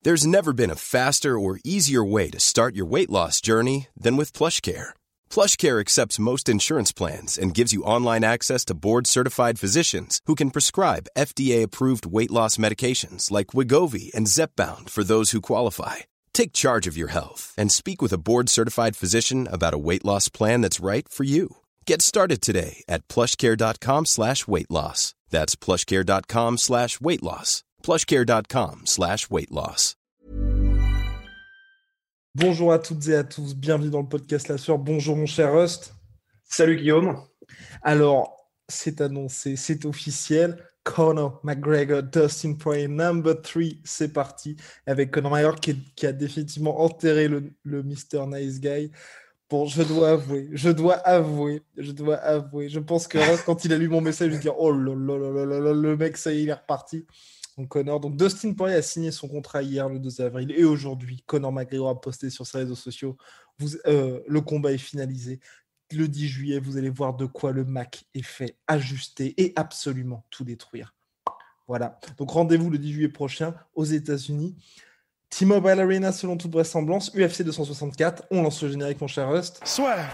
There's never been a faster or easier way to start your weight loss journey than with PlushCare. PlushCare accepts most insurance plans and gives you online access to board-certified physicians who can prescribe FDA-approved weight loss medications like Wegovy and Zepbound for those who qualify. Take charge of your health and speak with a board-certified physician about a weight loss plan that's right for you. Get started today at plushcare.com/weight loss. That's plushcare.com/weight loss. plushcare.com/weight loss. Bonjour à toutes et à tous, bienvenue dans le podcast La Sueur. Bonjour mon cher Rust. Salut Guillaume. Alors, c'est annoncé, c'est officiel. Conor McGregor, Dustin Poirier, number 3, c'est parti. Avec Conor McGregor qui a définitivement enterré le Mr. Nice Guy. Bon, je dois avouer. Je pense que Rust, quand il a lu mon message, il dit « Oh là là là là là, le mec, ça y est, il est reparti ». Donc, Conor. Donc, Dustin Poirier a signé son contrat hier, le 2 avril. Et aujourd'hui, Conor McGregor a posté sur ses réseaux sociaux. Le combat est finalisé. Le 10 juillet, vous allez voir de quoi le Mac est fait, ajuster et absolument tout détruire. Voilà. Donc, rendez-vous le 10 juillet prochain aux États-Unis. T-Mobile Arena, selon toute vraisemblance. UFC 264. On lance le générique, mon cher Rust. Soit.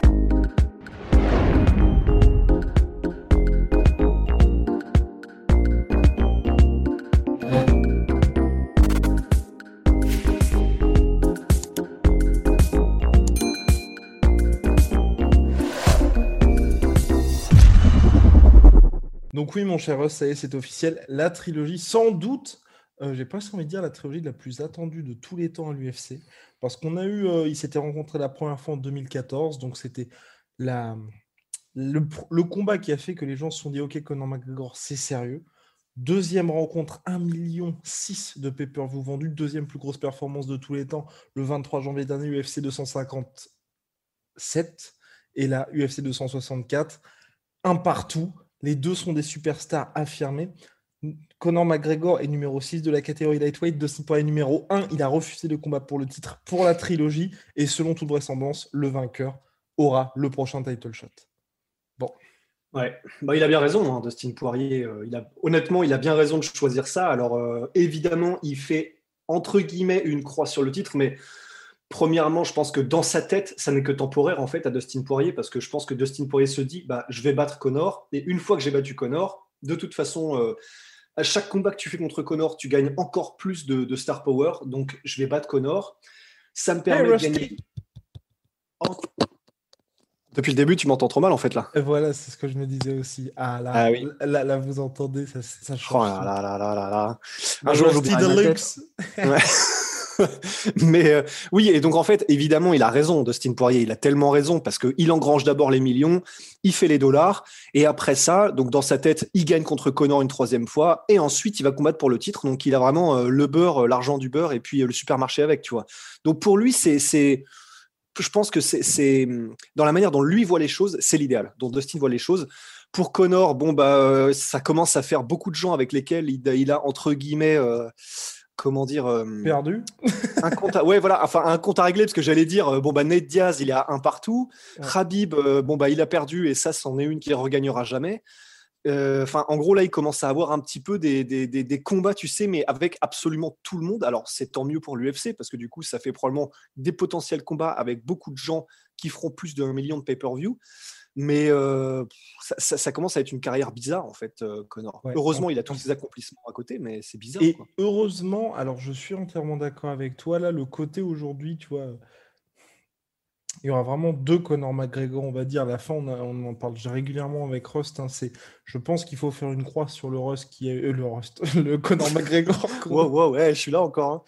Donc oui, mon cher Russ, ça y est, c'est officiel. La trilogie, sans doute, j'ai presque envie de dire la trilogie la plus attendue de tous les temps à l'UFC. Parce qu'on a eu, ils s'étaient rencontrés la première fois en 2014, donc c'était le combat qui a fait que les gens se sont dit « Ok, Conor McGregor, c'est sérieux ». Deuxième rencontre, 1,6 million de pay-per-view vendus. Deuxième plus grosse performance de tous les temps, le 23 janvier dernier, UFC 257. Et là, UFC 264, un partout. Les deux sont des superstars affirmés. Conor McGregor est numéro 6 de la catégorie lightweight. Dustin Poirier numéro 1. Il a refusé le combat pour le titre pour la trilogie. Et selon toute vraisemblance, le vainqueur aura le prochain title shot. Bon. Ouais, il a bien raison, hein, Dustin Poirier. Honnêtement, il a bien raison de choisir ça. Alors, évidemment, il fait, entre guillemets, une croix sur le titre, mais premièrement, je pense que dans sa tête, ça n'est que temporaire, en fait, à Dustin Poirier, parce que je pense que Dustin Poirier se dit, je vais battre Conor, et une fois que j'ai battu Conor, de toute façon, à chaque combat que tu fais contre Conor, tu gagnes encore plus de star power, donc je vais battre Conor. Ça me permet de gagner... Depuis le début, tu m'entends trop mal, en fait, là. Et voilà, c'est ce que je me disais aussi. Oui. Là, vous entendez, ça change. Oh là. Un jour, j'oublie Deluxe. Mais oui, et donc en fait, évidemment, il a raison, Dustin Poirier, il a tellement raison, parce qu'il engrange d'abord les millions, il fait les dollars, et après ça, donc dans sa tête, il gagne contre Conor une troisième fois, et ensuite, il va combattre pour le titre, donc il a vraiment le beurre, l'argent du beurre, et puis le supermarché avec, tu vois. Donc pour lui, je pense que c'est dans la manière dont lui voit les choses, c'est l'idéal, dont Dustin voit les choses. Pour Conor, ça commence à faire beaucoup de gens avec lesquels il a entre guillemets... perdu un compte un compte à régler, parce que j'allais dire Nate Diaz, il est à un partout, ouais. Khabib, il a perdu, et ça, c'en est une qu'il ne regagnera jamais. En gros, là, il commence à avoir un petit peu des combats, tu sais, mais avec absolument tout le monde. Alors, c'est tant mieux pour l'UFC, parce que du coup, ça fait probablement des potentiels combats avec beaucoup de gens qui feront plus d'1 million de pay-per-view. Mais ça commence à être une carrière bizarre, en fait, Conor. Ouais, heureusement, il a tous ses accomplissements à côté, mais c'est bizarre. Et quoi. Heureusement, alors je suis entièrement d'accord avec toi, là, le côté aujourd'hui, tu vois, il y aura vraiment deux Conor McGregor, on va dire. À la fin, on en parle régulièrement avec Rust. Hein, je pense qu'il faut faire une croix sur le Rust qui est le Conor McGregor. Wow, ouais, je suis là encore. Hein.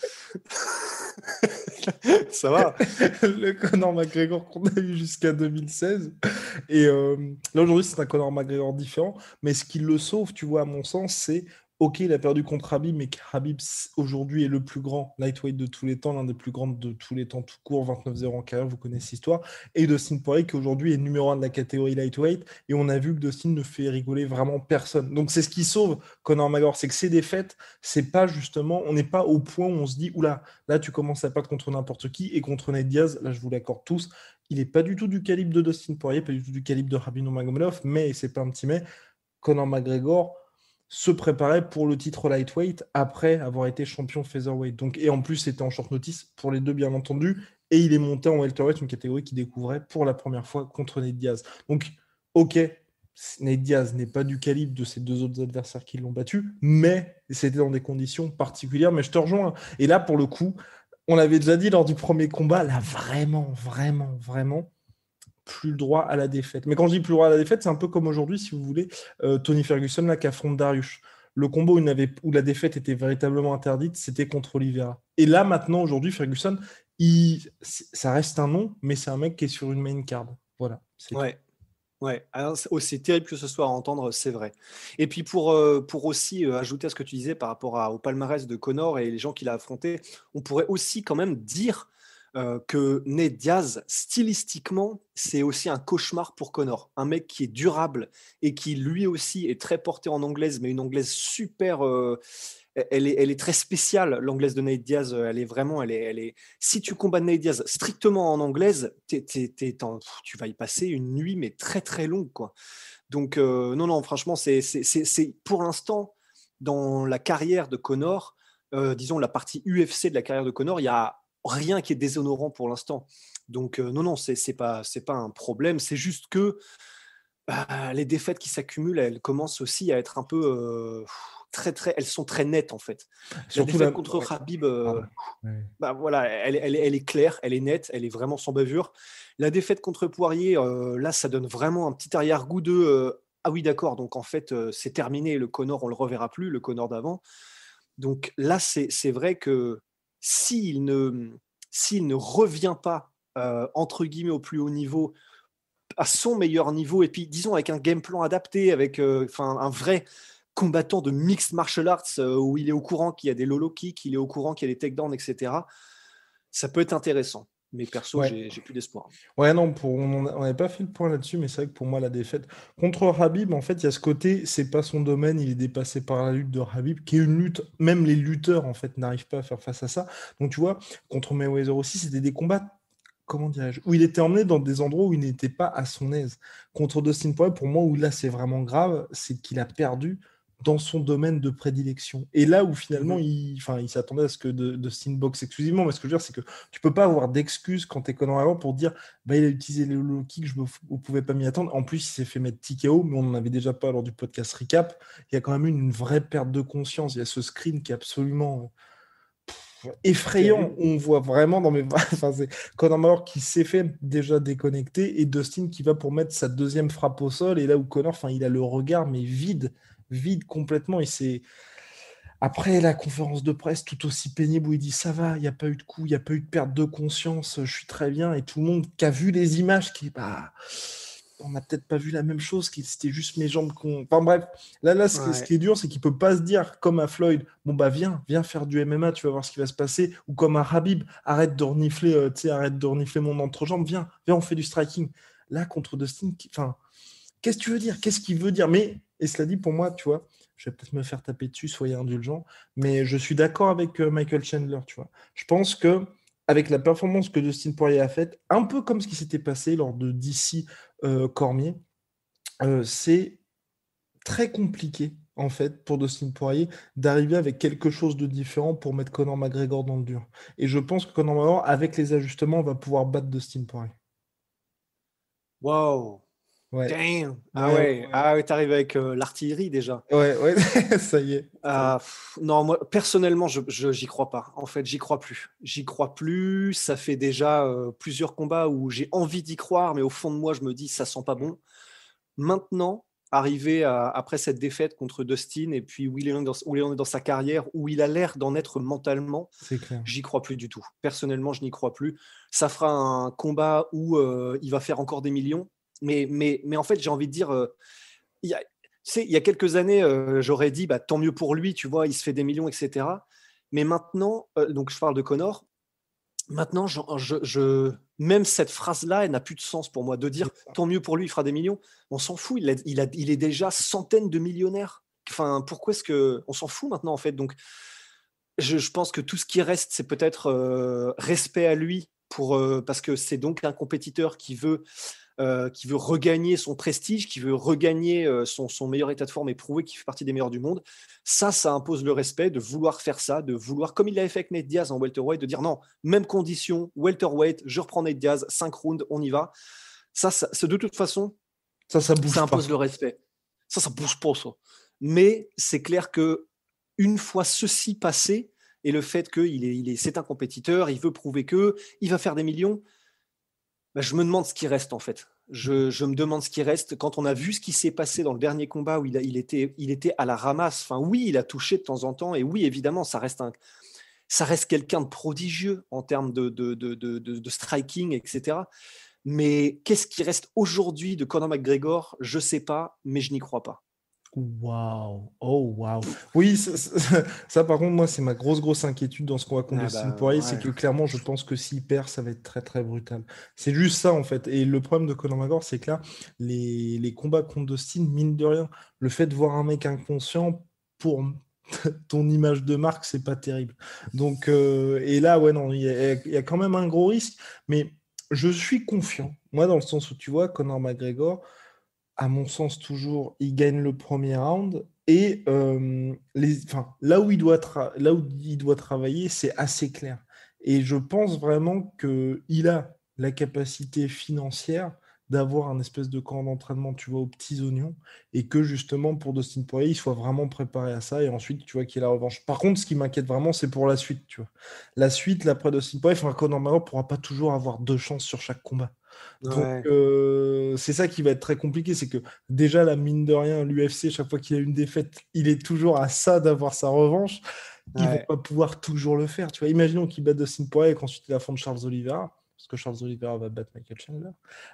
Ça va. Le Conor McGregor qu'on a eu jusqu'à 2016. Et là, aujourd'hui, c'est un Conor McGregor différent. Mais ce qui le sauve, tu vois, à mon sens, c'est ok, il a perdu contre Khabib, mais Khabib aujourd'hui est le plus grand lightweight de tous les temps, l'un des plus grands de tous les temps tout court, 29-0 en carrière, vous connaissez l'histoire. Et Dustin Poirier, qui aujourd'hui est numéro 1 de la catégorie lightweight, et on a vu que Dustin ne fait rigoler vraiment personne. Donc c'est ce qui sauve Conor McGregor, c'est que ces défaites, c'est pas justement, on n'est pas au point où on se dit, oula, là tu commences à perdre contre n'importe qui, et contre Nate Diaz, là je vous l'accorde tous, il n'est pas du tout du calibre de Dustin Poirier, pas du tout du calibre de Khabib Nurmagomedov, mais c'est pas un petit mais, Conor McGregor, se préparait pour le titre lightweight après avoir été champion featherweight. Donc, et en plus, c'était en short notice pour les deux, bien entendu. Et il est monté en welterweight, une catégorie qu'il découvrait pour la première fois contre Nate Diaz. Donc, ok, Nate Diaz n'est pas du calibre de ces deux autres adversaires qui l'ont battu, mais c'était dans des conditions particulières. Mais je te rejoins. Et là, pour le coup, on l'avait déjà dit lors du premier combat, là, vraiment, plus le droit à la défaite. Mais quand je dis plus le droit à la défaite, c'est un peu comme aujourd'hui, si vous voulez, Tony Ferguson là, qui affronte Dariush. Le combo où la défaite était véritablement interdite, c'était contre Oliveira. Et là, maintenant, aujourd'hui, Ferguson, ça reste un nom, mais c'est un mec qui est sur une main card. Voilà. Ouais. Ouais, alors, c'est terrible que ce soit à entendre, c'est vrai. Et puis pour aussi ajouter à ce que tu disais par rapport au palmarès de Conor et les gens qu'il a affrontés, on pourrait aussi quand même dire que Nate Diaz, stylistiquement, c'est aussi un cauchemar pour Conor. Un mec qui est durable et qui lui aussi est très porté en anglaise, mais une anglaise super... elle est très spéciale, l'anglaise de Nate Diaz. Elle est vraiment, si tu combats Nate Diaz strictement en anglaise, tu vas y passer une nuit, mais très très longue, quoi. Donc non, franchement, c'est pour l'instant dans la carrière de Conor, disons la partie UFC de la carrière de Conor, il y a rien qui est déshonorant pour l'instant. Donc non, c'est pas un problème. C'est juste que les défaites qui s'accumulent, elles commencent aussi à être un peu elles sont très nettes en fait. Surtout la défaite contre Khabib, voilà, elle est claire, elle est nette, elle est vraiment sans bavure. La défaite contre Poirier, là, ça donne vraiment un petit arrière-goût de ah oui, d'accord, donc en fait, c'est terminé. Le Conor, on le reverra plus, le Conor d'avant. Donc là, c'est vrai que s'il ne revient pas entre guillemets au plus haut niveau, à son meilleur niveau, et puis disons avec un game plan adapté, avec un vrai combattant de mixed martial arts où il est au courant qu'il y a des lolo kicks, il est au courant qu'il y a des takedowns, etc. Ça peut être intéressant. Mais perso, j'ai plus d'espoir. Ouais, non, on n'avait pas fait le point là-dessus, mais c'est vrai que pour moi, la défaite contre Khabib, en fait, il y a ce côté, c'est pas son domaine, il est dépassé par la lutte de Khabib, qui est une lutte, même les lutteurs, en fait, n'arrivent pas à faire face à ça. Donc, tu vois, contre Mayweather aussi, c'était des combats, comment dirais-je, où il était emmené dans des endroits où il n'était pas à son aise. Contre Dustin Poirier, pour moi, où là, c'est vraiment grave, c'est qu'il a perdu dans son domaine de prédilection. Et là où finalement, il s'attendait à ce que Dustin boxe exclusivement, mais ce que je veux dire, c'est que tu peux pas avoir d'excuses quand t'es Conor avant pour dire il a utilisé les low kicks, vous pouvez pas m'y attendre. En plus, il s'est fait mettre TKO, mais on n'en avait déjà pas lors du podcast recap. Il y a quand même eu une vraie perte de conscience. Il y a ce screen qui est absolument effrayant. On voit vraiment dans mes... c'est Conor McGregor qui s'est fait déjà déconnecter et Dustin qui va pour mettre sa deuxième frappe au sol. Et là où Conor, il a le regard, mais vide complètement. Et c'est après la conférence de presse tout aussi pénible où il dit ça va, il n'y a pas eu de coup, il n'y a pas eu de perte de conscience, je suis très bien. Et tout le monde qui a vu les images, on n'a peut-être pas vu la même chose, c'était juste mes jambes qu'on... Enfin bref, là ce qui est dur, c'est qu'il peut pas se dire, comme à Floyd, viens faire du MMA, tu vas voir ce qui va se passer, ou comme à Khabib, arrête de renifler mon entrejambe, viens, on fait du striking. Là, contre Dustin, qu'est-ce que tu veux dire? Qu'est-ce qu'il veut dire? Mais, et cela dit, pour moi, tu vois, je vais peut-être me faire taper dessus, soyez indulgents, mais je suis d'accord avec Michael Chandler, tu vois. Je pense que avec la performance que Dustin Poirier a faite, un peu comme ce qui s'était passé lors de DC Cormier, c'est très compliqué, en fait, pour Dustin Poirier d'arriver avec quelque chose de différent pour mettre Conor McGregor dans le dur. Et je pense que Conor McGregor, avec les ajustements, va pouvoir battre Dustin Poirier. Wow! Ouais. Damn! Ah ouais, t'arrives avec l'artillerie déjà. Ouais, ça y est. Non, moi, personnellement, j'y crois pas. En fait, j'y crois plus. J'y crois plus. Ça fait déjà plusieurs combats où j'ai envie d'y croire, mais au fond de moi, je me dis, ça sent pas bon. Maintenant, arrivé après cette défaite contre Dustin et puis où il est dans sa carrière, où il a l'air d'en être mentalement, c'est clair. J'y crois plus du tout. Personnellement, je n'y crois plus. Ça fera un combat où il va faire encore des millions. Mais en fait, j'ai envie de dire, il y a quelques années, j'aurais dit, tant mieux pour lui, tu vois, il se fait des millions, etc. Mais maintenant, donc je parle de Conor, maintenant, même cette phrase-là, elle n'a plus de sens pour moi, de dire, tant mieux pour lui, il fera des millions. On s'en fout, il est déjà centaines de millionnaires. Enfin, pourquoi est-ce qu'on s'en fout maintenant, en fait? Donc, je pense que tout ce qui reste, c'est peut-être respect à lui, parce que c'est donc un compétiteur qui veut qui veut regagner son prestige, qui veut regagner son meilleur état de forme et prouver qu'il fait partie des meilleurs du monde. Ça impose le respect de vouloir faire ça, de vouloir, comme il l'avait fait avec Nate Diaz en welterweight, de dire non, même condition, welterweight, je reprends Nate Diaz, 5 rounds, on y va. Ça de toute façon, ça bouge ça impose pas. le respect. Ça bouge pas, ça. Mais c'est clair que une fois ceci passé, et le fait c'est un compétiteur, il veut prouver qu'il va faire des millions, je me demande ce qui reste en fait. Je me demande ce qui reste. Quand on a vu ce qui s'est passé dans le dernier combat où il était à la ramasse, enfin oui, il a touché de temps en temps, et oui, évidemment, ça reste quelqu'un de prodigieux en termes de striking, etc. Mais qu'est-ce qui reste aujourd'hui de Conor McGregor? Je ne sais pas, mais je n'y crois pas. Waouh, oh waouh. Oui, ça, par contre, moi, c'est ma grosse inquiétude dans ce combat contre Dustin Poirier, c'est que clairement, je pense que s'il perd, ça va être très très brutal. C'est juste ça en fait. Et le problème de Conor McGregor, c'est que là, les combats contre Dustin, mine de rien, le fait de voir un mec inconscient pour ton image de marque, c'est pas terrible. Donc, et là, ouais, non, il y a quand même un gros risque, mais je suis confiant. Moi, dans le sens où tu vois, Conor McGregor, à mon sens, toujours, il gagne le premier round. Et là où il doit travailler, c'est assez clair. Et je pense vraiment qu'il a la capacité financière d'avoir un espèce de camp d'entraînement, tu vois, aux petits oignons, et que justement, pour Dustin Poirier, il soit vraiment préparé à ça, et ensuite, tu vois, qu'il y ait la revanche. Par contre, ce qui m'inquiète vraiment, c'est pour la suite, tu vois. La suite, l'après Dustin Poirier, Conor McGregor ne pourra pas toujours avoir 2 chances sur chaque combat. Donc, c'est ça qui va être très compliqué, c'est que déjà, la mine de rien, l'UFC, chaque fois qu'il a une défaite, il est toujours à ça d'avoir sa revanche. Ils vont pas pouvoir toujours le faire. Tu vois, imaginons qu'il bat Dustin Poirier et qu'ensuite il affronte Charles Oliveira, parce que Charles Oliveira va battre Michael Chandler.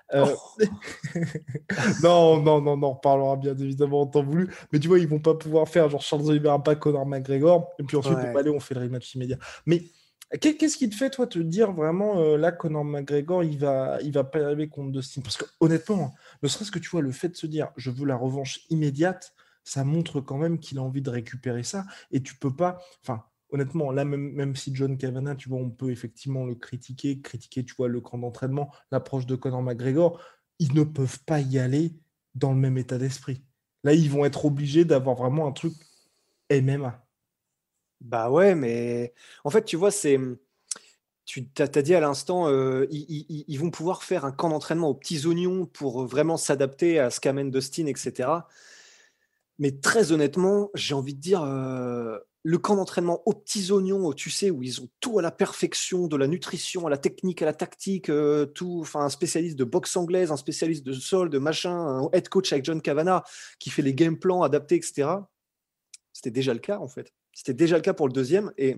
Non, on reparlera bien évidemment en temps voulu. Mais tu vois, ils vont pas pouvoir faire genre Charles Oliveira, pas Conor McGregor, et puis ensuite, allez, on fait le rematch immédiat. Mais qu'est-ce qui te fait, toi, te dire vraiment, là, Conor McGregor, il va pas y arriver contre Dustin? Parce que, honnêtement, ne serait-ce que, tu vois, le fait de se dire, je veux la revanche immédiate, ça montre quand même qu'il a envie de récupérer ça. Et tu peux pas... Enfin, honnêtement, là, même si John Kavanagh, tu vois, on peut effectivement le critiquer, tu vois, le camp d'entraînement, l'approche de Conor McGregor, ils ne peuvent pas y aller dans le même état d'esprit. Là, ils vont être obligés d'avoir vraiment un truc MMA. Bah ouais, mais en fait, tu vois, tu as dit à l'instant, ils vont pouvoir faire un camp d'entraînement aux petits oignons pour vraiment s'adapter à ce qu'amène Dustin, etc. Mais très honnêtement, j'ai envie de dire, le camp d'entraînement aux petits oignons, tu sais, où ils ont tout à la perfection, de la nutrition, à la technique, à la tactique, tout, enfin, un spécialiste de boxe anglaise, un spécialiste de sol, de machin, un head coach avec John Kavanagh qui fait les game plans adaptés, etc. C'était déjà le cas, en fait. C'était déjà le cas pour le deuxième. Et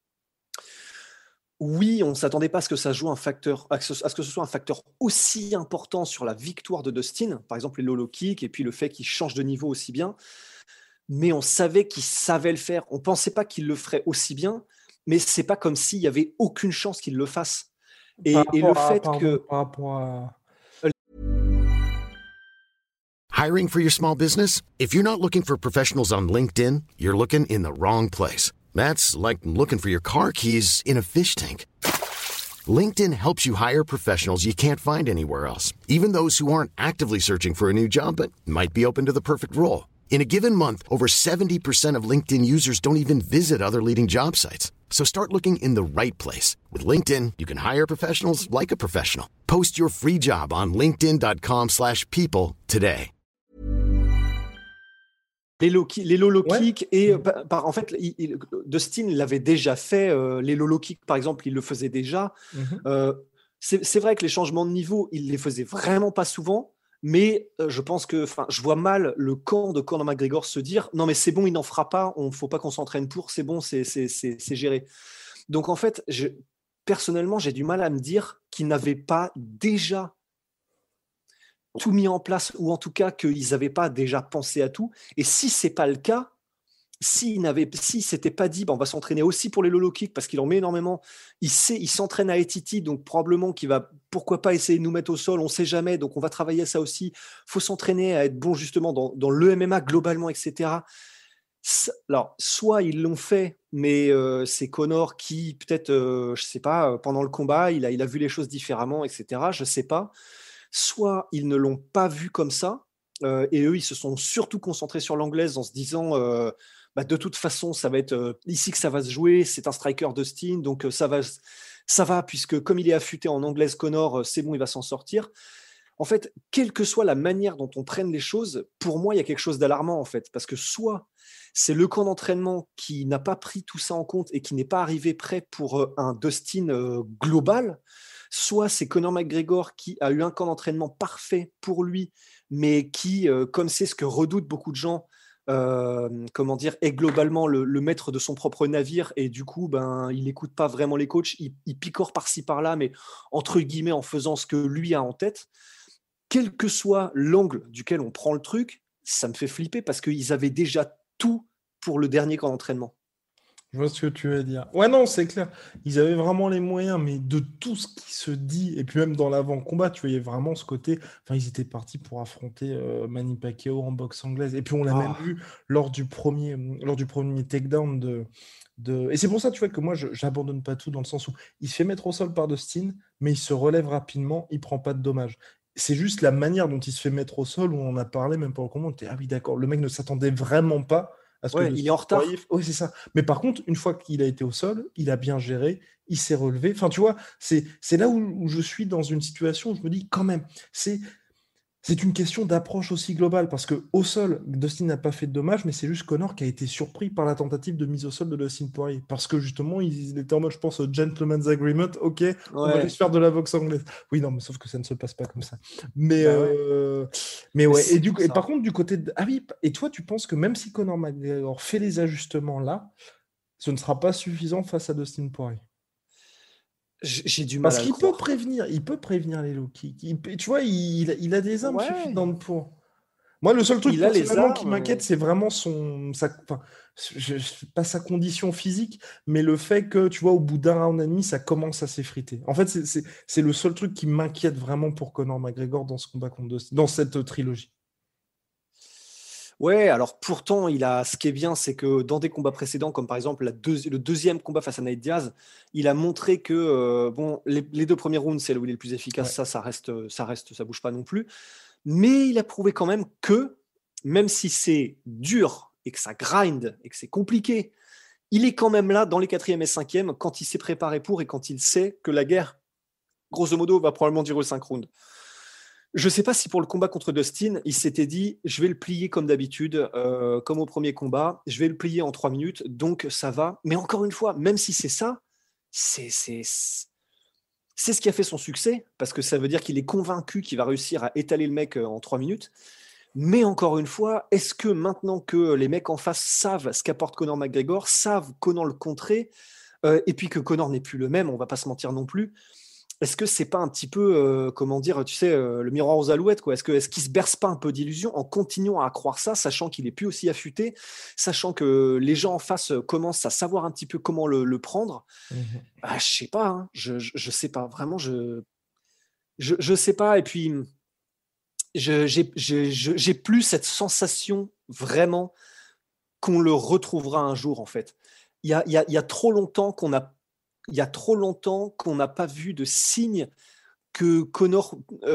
oui, on ne s'attendait pas à ce que ça joue un facteur, à ce que ce soit un facteur aussi important sur la victoire de Dustin, par exemple les low kicks et puis le fait qu'il change de niveau aussi bien. Mais on savait qu'il savait le faire. On ne pensait pas qu'il le ferait aussi bien, mais c'est pas comme s'il y avait aucune chance qu'il le fasse. Et le fait que par rapport à... Hiring for your small business? If you're not looking for professionals on LinkedIn, you're looking in the wrong place. That's like looking for your car keys in a fish tank. LinkedIn helps you hire professionals you can't find anywhere else, even those who aren't actively searching for a new job but might be open to the perfect role. In a given month, over 70% of LinkedIn users don't even visit other leading job sites. So start looking in the right place. With LinkedIn, you can hire professionals like a professional. Post your free job on linkedin.com/people today. Les low kicks et en fait, Dustin l'avait déjà fait. Les low kicks, par exemple, il le faisait déjà. C'est vrai que les changements de niveau, il les faisait vraiment pas souvent. Mais je pense que, je vois mal le camp de Conor McGregor se dire non mais c'est bon, il n'en fera pas, faut pas qu'on s'entraîne pour, c'est bon, c'est géré. Donc en fait, personnellement, j'ai du mal à me dire qu'il n'avait pas déjà tout mis en place, ou en tout cas qu'ils n'avaient pas déjà pensé à tout. Et si c'est pas le cas, s'il s'était pas dit on va s'entraîner aussi pour les low kicks parce qu'il en met énormément, il s'entraîne à ATT, donc probablement qu'il va pourquoi pas essayer de nous mettre au sol, on sait jamais, donc on va travailler à ça aussi. Faut s'entraîner à être bon justement dans le MMA globalement, etc. Alors soit ils l'ont fait, mais c'est Conor qui peut-être je sais pas, pendant le combat il a vu les choses différemment, etc. Je sais pas. soit ils ne l'ont pas vu comme ça, et eux, ils se sont surtout concentrés sur l'anglaise en se disant de toute façon, ça va être ici que ça va se jouer. C'est un striker Dustin, donc ça va, puisque comme il est affûté en anglaise Conor, c'est bon, il va s'en sortir. En fait, quelle que soit la manière dont on prenne les choses, pour moi, il y a quelque chose d'alarmant, en fait. Parce que soit c'est le camp d'entraînement qui n'a pas pris tout ça en compte et qui n'est pas arrivé prêt pour un Dustin global, soit c'est Conor McGregor qui a eu un camp d'entraînement parfait pour lui, mais qui, comme c'est ce que redoutent beaucoup de gens, est globalement le maître de son propre navire, et du coup, il n'écoute pas vraiment les coachs, il picore par-ci par-là, mais entre guillemets en faisant ce que lui a en tête. Quel que soit l'angle duquel on prend le truc, ça me fait flipper parce qu'ils avaient déjà tout pour le dernier camp d'entraînement. Je vois ce que tu veux dire. Ouais, non, c'est clair. Ils avaient vraiment les moyens, mais de tout ce qui se dit, et puis même dans l'avant-combat, tu voyais vraiment ce côté. Enfin, ils étaient partis pour affronter Manny Pacquiao en boxe anglaise. Et puis on l'a même vu lors du premier takedown Et c'est pour ça, tu vois, que moi, j'abandonne pas tout dans le sens où il se fait mettre au sol par Dustin, mais il se relève rapidement, il prend pas de dommages. C'est juste la manière dont il se fait mettre au sol où on en a parlé, même pendant le combat, on était, ah oui, d'accord, le mec ne s'attendait vraiment pas à ce que il est en retard. Oui, c'est ça. Mais par contre, une fois qu'il a été au sol, il a bien géré, il s'est relevé. Enfin, tu vois, c'est là où je suis dans une situation où je me dis, quand même, c'est une question d'approche aussi globale, parce qu'au sol, Dustin n'a pas fait de dommages, mais c'est juste Conor qui a été surpris par la tentative de mise au sol de Dustin Poirier. Parce que justement, il était en mode, je pense, gentleman's agreement, ok, on va juste faire de la boxe anglaise. Oui, non, mais sauf que ça ne se passe pas comme ça. Mais ouais. Et par contre, du côté de... Ah oui, et toi, tu penses que même si Conor McGregor fait les ajustements là, ce ne sera pas suffisant face à Dustin Poirier? J'ai du mal parce à qu'il le croire. il peut prévenir les low kicks. Tu vois, il a des armes suffisantes pour. Moi, le seul truc personnellement qui m'inquiète, c'est vraiment pas sa condition physique, mais le fait que, tu vois, au bout d'un round et demi, ça commence à s'effriter. En fait, c'est le seul truc qui m'inquiète vraiment pour Conor McGregor dans ce combat contre Dustin, dans cette trilogie. Ouais, alors pourtant, ce qui est bien, c'est que dans des combats précédents, comme par exemple le deuxième combat face à Nate Diaz, il a montré que les deux premiers rounds, c'est là où il est le plus efficace, ça reste, ça bouge pas non plus. Mais il a prouvé quand même que, même si c'est dur et que ça grind et que c'est compliqué, il est quand même là dans les 4e et 5e quand il s'est préparé pour et quand il sait que la guerre, grosso modo, va probablement durer 5 rounds. Je ne sais pas si pour le combat contre Dustin, il s'était dit, je vais le plier comme d'habitude, comme au premier combat, je vais le plier en 3 minutes, donc ça va. Mais encore une fois, même si c'est ça, c'est ce qui a fait son succès, parce que ça veut dire qu'il est convaincu qu'il va réussir à étaler le mec en 3 minutes. Mais encore une fois, est-ce que maintenant que les mecs en face savent ce qu'apporte Conor McGregor, savent comment le contrer, et puis que Conor n'est plus le même, on ne va pas se mentir non plus, est-ce que c'est pas un petit peu, le miroir aux alouettes, quoi? Est-ce qu'il se berce pas un peu d'illusion en continuant à croire ça, sachant qu'il est plus aussi affûté, sachant que les gens en face commencent à savoir un petit peu comment le prendre? Je sais pas, hein. Je sais pas, vraiment, je sais pas. Et puis, j'ai plus cette sensation vraiment qu'on le retrouvera un jour, en fait. Il y a trop longtemps qu'on n'a pas vu de signe que Conor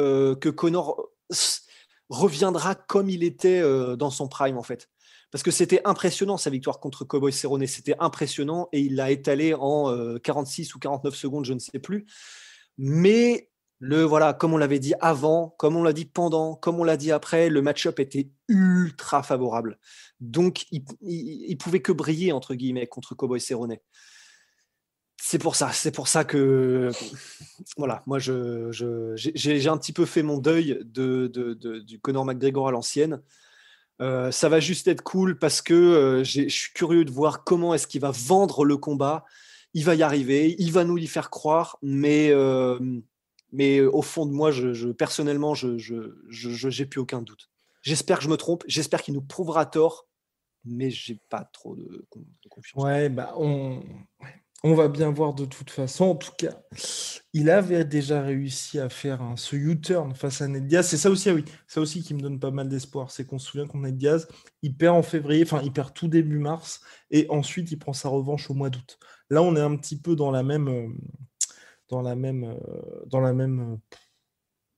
reviendra comme il était dans son prime, en fait. Parce que c'était impressionnant, sa victoire contre Cowboy Cerrone, c'était impressionnant, et il l'a étalé en 46 ou 49 secondes, je ne sais plus. Mais comme on l'avait dit avant, comme on l'a dit pendant, comme on l'a dit après, le match-up était ultra favorable. Donc, il pouvait que briller, entre guillemets, contre Cowboy Cerrone. C'est pour ça que voilà, moi j'ai un petit peu fait mon deuil du Conor McGregor à l'ancienne. Ça va juste être cool parce que je suis curieux de voir comment est-ce qu'il va vendre le combat. Il va y arriver, il va nous y faire croire, mais au fond de moi, personnellement, j'ai plus aucun doute. J'espère que je me trompe, j'espère qu'il nous prouvera tort, mais j'ai pas trop de confiance. Ouais, on va bien voir de toute façon. En tout cas, il avait déjà réussi à faire ce U-turn face à Nate Diaz. C'est ça aussi, ça aussi qui me donne pas mal d'espoir. C'est qu'on se souvient qu'on Nate Diaz, il perd en février, enfin, il perd tout début mars, et ensuite il prend sa revanche au mois d'août. Là, on est un petit peu dans la même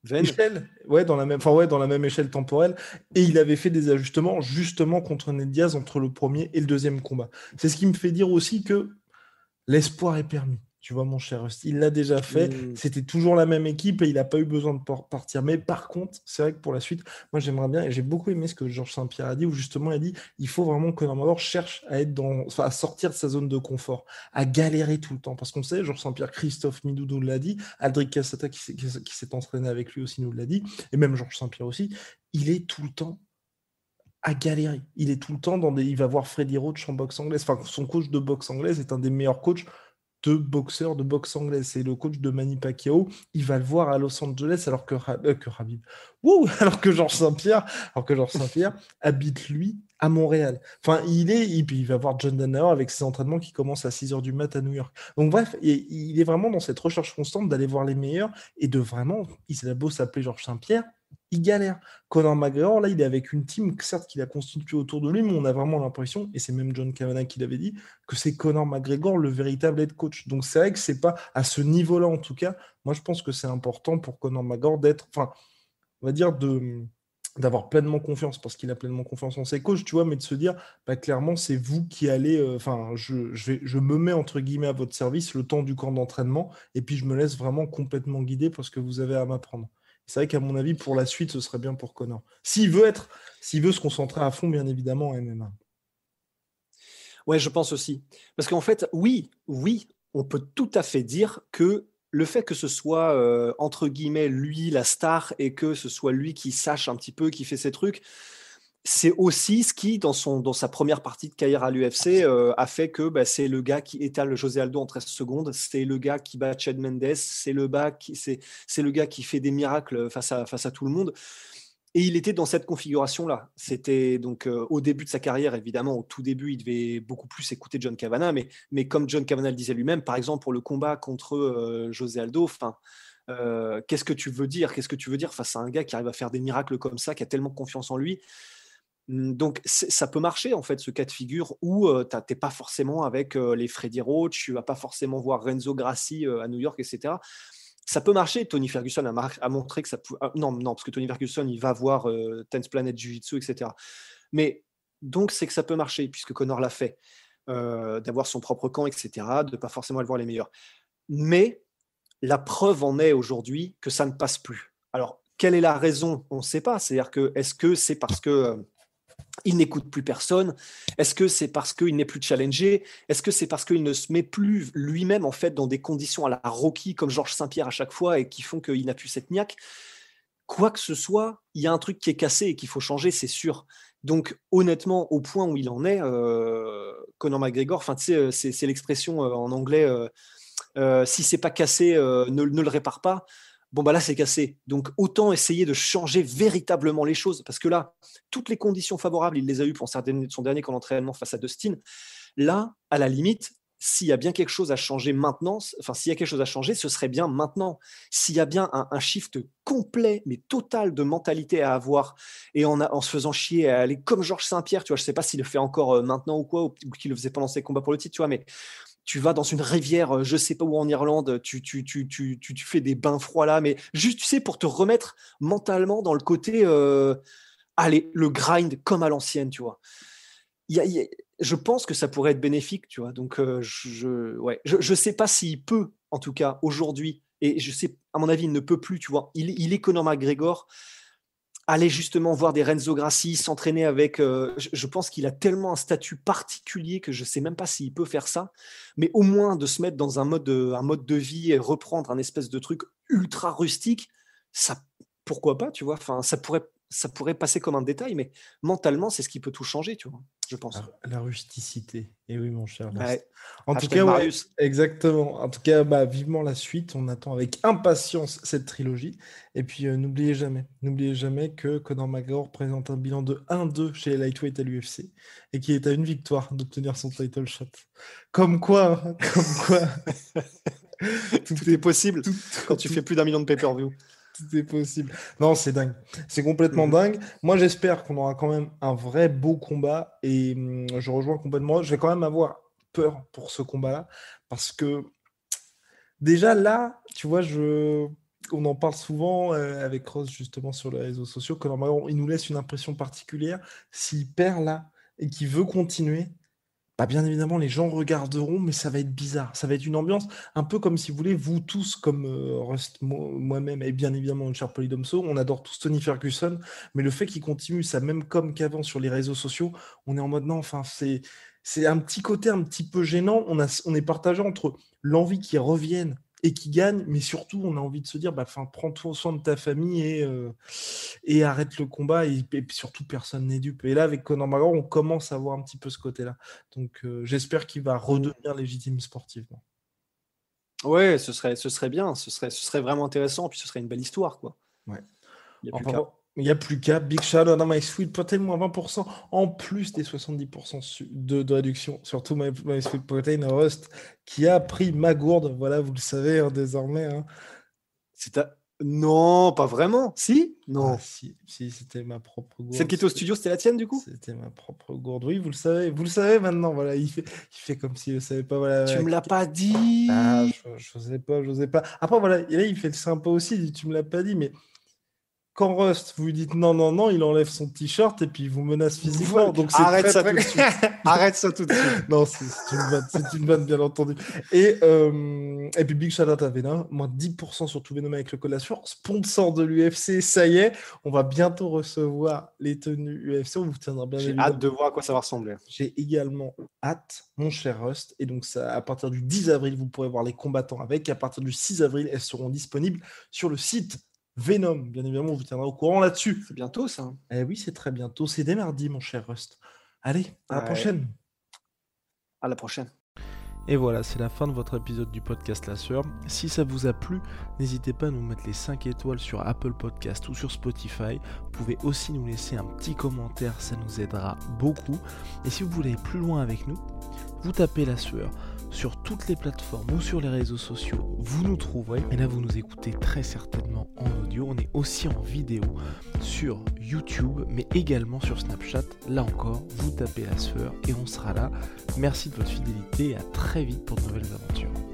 échelle, ouais, dans la même échelle temporelle, et il avait fait des ajustements justement contre Ned Diaz entre le premier et le deuxième combat. C'est ce qui me fait dire aussi que l'espoir est permis. Tu vois, mon cher Rusty, il l'a déjà fait. C'était toujours la même équipe et il n'a pas eu besoin de partir. Mais par contre, c'est vrai que pour la suite, moi j'aimerais bien, et j'ai beaucoup aimé ce que Georges Saint-Pierre a dit, où justement il a dit il faut vraiment que Conor McGregor cherche à sortir de sa zone de confort, à galérer tout le temps. Parce qu'on sait, Georges Saint-Pierre, Christophe Midoudou l'a dit, Aldric Cassata qui s'est entraîné avec lui aussi nous l'a dit, et même Georges Saint-Pierre aussi, il est tout le temps à galérer. Il est tout le temps il va voir Freddy Roach en boxe anglaise. Enfin, son coach de boxe anglaise est un des meilleurs coachs de boxeurs de boxe anglaise. C'est le coach de Manny Pacquiao. Il va le voir à Los Angeles alors que Khabib. Alors que Georges Saint-Pierre habite lui à Montréal. Enfin, il va voir John Danaher avec ses entraînements qui commencent à 6h du mat à New York. Donc bref, il est vraiment dans cette recherche constante d'aller voir les meilleurs et de vraiment, il a beau s'appeler Georges Saint-Pierre, il galère. Conor McGregor, là, il est avec une team, certes, qu'il a constituée autour de lui, mais on a vraiment l'impression, et c'est même John Kavanagh qui l'avait dit, que c'est Conor McGregor le véritable head coach. Donc c'est vrai que c'est pas à ce niveau-là, en tout cas. Moi, je pense que c'est important pour Conor McGregor on va dire, d'avoir pleinement confiance, parce qu'il a pleinement confiance en ses coachs, tu vois, mais de se dire, clairement, c'est vous qui allez, je me mets, entre guillemets, à votre service le temps du camp d'entraînement, et puis je me laisse vraiment complètement guider par ce que vous avez à m'apprendre. C'est vrai qu'à mon avis, pour la suite, ce serait bien pour Conor. S'il veut se concentrer à fond, bien évidemment, en MMA. Ouais, je pense aussi. Parce qu'en fait, oui, on peut tout à fait dire que le fait que ce soit, entre guillemets, lui la star et que ce soit lui qui sache un petit peu, qui fait ses trucs, c'est aussi ce qui, dans sa première partie de carrière à l'UFC, a fait que c'est le gars qui étale José Aldo en 13 secondes, c'est le gars qui bat Chad Mendes, c'est le gars qui fait des miracles face à tout le monde. Et il était dans cette configuration-là. C'était donc au début de sa carrière, évidemment, au tout début, il devait beaucoup plus écouter John Kavanagh, mais comme John Kavanagh le disait lui-même, par exemple, pour le combat contre José Aldo, qu'est-ce que tu veux dire face à un gars qui arrive à faire des miracles comme ça, qui a tellement confiance en lui? Donc ça peut marcher en fait, ce cas de figure où tu n'es pas forcément avec les Freddy Roach, tu vas pas forcément voir Renzo Gracie à New York, etc. Ça peut marcher. Tony Ferguson a montré que ça peut. Non, parce que Tony Ferguson, il va voir Tenth Planet Jiu-Jitsu, etc. Mais donc, c'est que ça peut marcher, puisque Conor l'a fait, d'avoir son propre camp, etc., de ne pas forcément aller voir les meilleurs. Mais la preuve en est aujourd'hui que ça ne passe plus. Alors, quelle est la raison? On ne sait pas. C'est-à-dire que, est-ce que c'est parce que il n'écoute plus personne? Est-ce que c'est parce qu'il n'est plus challengé? Est-ce que c'est parce qu'il ne se met plus lui-même en fait dans des conditions à la Rocky comme Georges Saint-Pierre à chaque fois et qui font qu'il n'a plus cette niaque? Quoi que ce soit, il y a un truc qui est cassé et qu'il faut changer, c'est sûr. Donc honnêtement, au point où il en est, Conor McGregor, c'est l'expression en anglais, si c'est pas cassé, ne le répare pas. Bon, là, c'est cassé. Donc, autant essayer de changer véritablement les choses. Parce que là, toutes les conditions favorables, il les a eues pour son dernier camp d'entraînement face à Dustin. Là, à la limite, s'il y a bien quelque chose à changer maintenant, s'il y a quelque chose à changer, ce serait bien maintenant. S'il y a bien un shift complet, mais total de mentalité à avoir, et en se faisant chier à aller comme Georges Saint-Pierre, tu vois, je sais pas s'il le fait encore maintenant ou quoi, ou qu'il le faisait pendant ses combats pour le titre, tu vois, mais tu vas dans une rivière, je sais pas où en Irlande, tu fais des bains froids là, mais juste, tu sais, pour te remettre mentalement dans le côté, allez, le grind comme à l'ancienne, tu vois. Je pense que ça pourrait être bénéfique, tu vois. Donc, je sais pas s'il peut, en tout cas, aujourd'hui, et je sais, à mon avis, il ne peut plus, tu vois. Il est Conor McGregor. Aller justement voir des Renzo Gracie, s'entraîner avec... je pense qu'il a tellement un statut particulier que je ne sais même pas s'il peut faire ça, mais au moins de se mettre dans un mode de vie et reprendre un espèce de truc ultra rustique, ça, pourquoi pas, tu vois, ça pourrait passer comme un détail, mais mentalement, c'est ce qui peut tout changer, tu vois, je pense. La rusticité. Et oui, mon cher. Ouais. En tout cas, ouais, exactement. En tout cas, vivement la suite. On attend avec impatience cette trilogie. Et puis, n'oubliez jamais que Conor McGregor présente un bilan de 1-2 chez les lightweight à l'UFC et qui est à une victoire d'obtenir son title shot. Comme quoi. Tout est possible quand tu fais plus d'1 million de pay-per-view. Tout est possible. Non, c'est dingue. C'est complètement dingue. Moi, j'espère qu'on aura quand même un vrai beau combat et je rejoins complètement. Je vais quand même avoir peur pour ce combat-là parce que déjà là, tu vois, on en parle souvent avec Ross justement sur les réseaux sociaux. Conor McGregor, il nous laisse une impression particulière. S'il perd là et qu'il veut continuer, bah bien évidemment, les gens regarderont, mais ça va être bizarre. Ça va être une ambiance un peu comme si vous voulez, vous tous, comme Rust, moi-même, et bien évidemment, cher Polydomso, on adore tous Tony Ferguson, mais le fait qu'il continue sa même com qu'avant sur les réseaux sociaux, on est en mode non, enfin, c'est un petit côté un petit peu gênant. On est partagé entre l'envie qu'il revienne et qu'il gagne, mais surtout, on a envie de se dire, bah, prends-toi soin de ta famille et arrête le combat. Et surtout, personne n'est dupe. Et là, avec Conor McGregor, on commence à voir un petit peu ce côté-là. Donc, j'espère qu'il va redevenir légitime sportivement. Ouais, ce serait bien. Ce serait vraiment intéressant. Puis ce serait une belle histoire, quoi. Ouais. Il n'y a plus qu'à. Big shout out à My Sweet Protein, moins 20%, en plus des 70% de réduction. Surtout My Sweet Protein Rust, qui a pris ma gourde. Voilà, vous le savez désormais. Hein. Non, pas vraiment. Si ? Non. Ah, si, c'était ma propre gourde. Celle qui était au studio, c'était la tienne, du coup ? C'était ma propre gourde. Oui, vous le savez maintenant. Voilà, il fait comme s'il ne savait pas. Voilà, tu me l'as pas dit. Ah, je n'osais pas. Après, voilà, et là, il fait le sympa aussi. Tu me l'as pas dit, mais quand Rust, vous lui dites non, il enlève son t-shirt et puis il vous menace physiquement. Donc arrête ça tout de suite. Arrête ça tout de suite. Non, c'est une vanne, bien entendu. Et puis Big shout out à Venom, moins 10% sur tout Venom avec le code assurance. Sponsor de l'UFC, ça y est, on va bientôt recevoir les tenues UFC. On vous tiendra bien. J'ai hâte de voir à quoi ça va ressembler. J'ai également hâte, mon cher Rust. Et donc, ça, à partir du 10 avril, vous pourrez voir les combattants avec. Et à partir du 6 avril, elles seront disponibles sur le site Venom, bien évidemment, on vous tiendra au courant là-dessus. C'est bientôt, ça. Eh oui, c'est très bientôt. C'est dès mardi, mon cher Rust. Allez, à la prochaine. À la prochaine. Et voilà, c'est la fin de votre épisode du podcast La Sueur. Si ça vous a plu, n'hésitez pas à nous mettre les 5 étoiles sur Apple Podcast ou sur Spotify. Vous pouvez aussi nous laisser un petit commentaire, ça nous aidera beaucoup. Et si vous voulez aller plus loin avec nous, vous tapez La Sueur sur toutes les plateformes ou sur les réseaux sociaux, vous nous trouverez. Et là, vous nous écoutez très certainement en audio. On est aussi en vidéo sur YouTube, mais également sur Snapchat. Là encore, vous tapez La Sueur et on sera là. Merci de votre fidélité et à très vite pour de nouvelles aventures.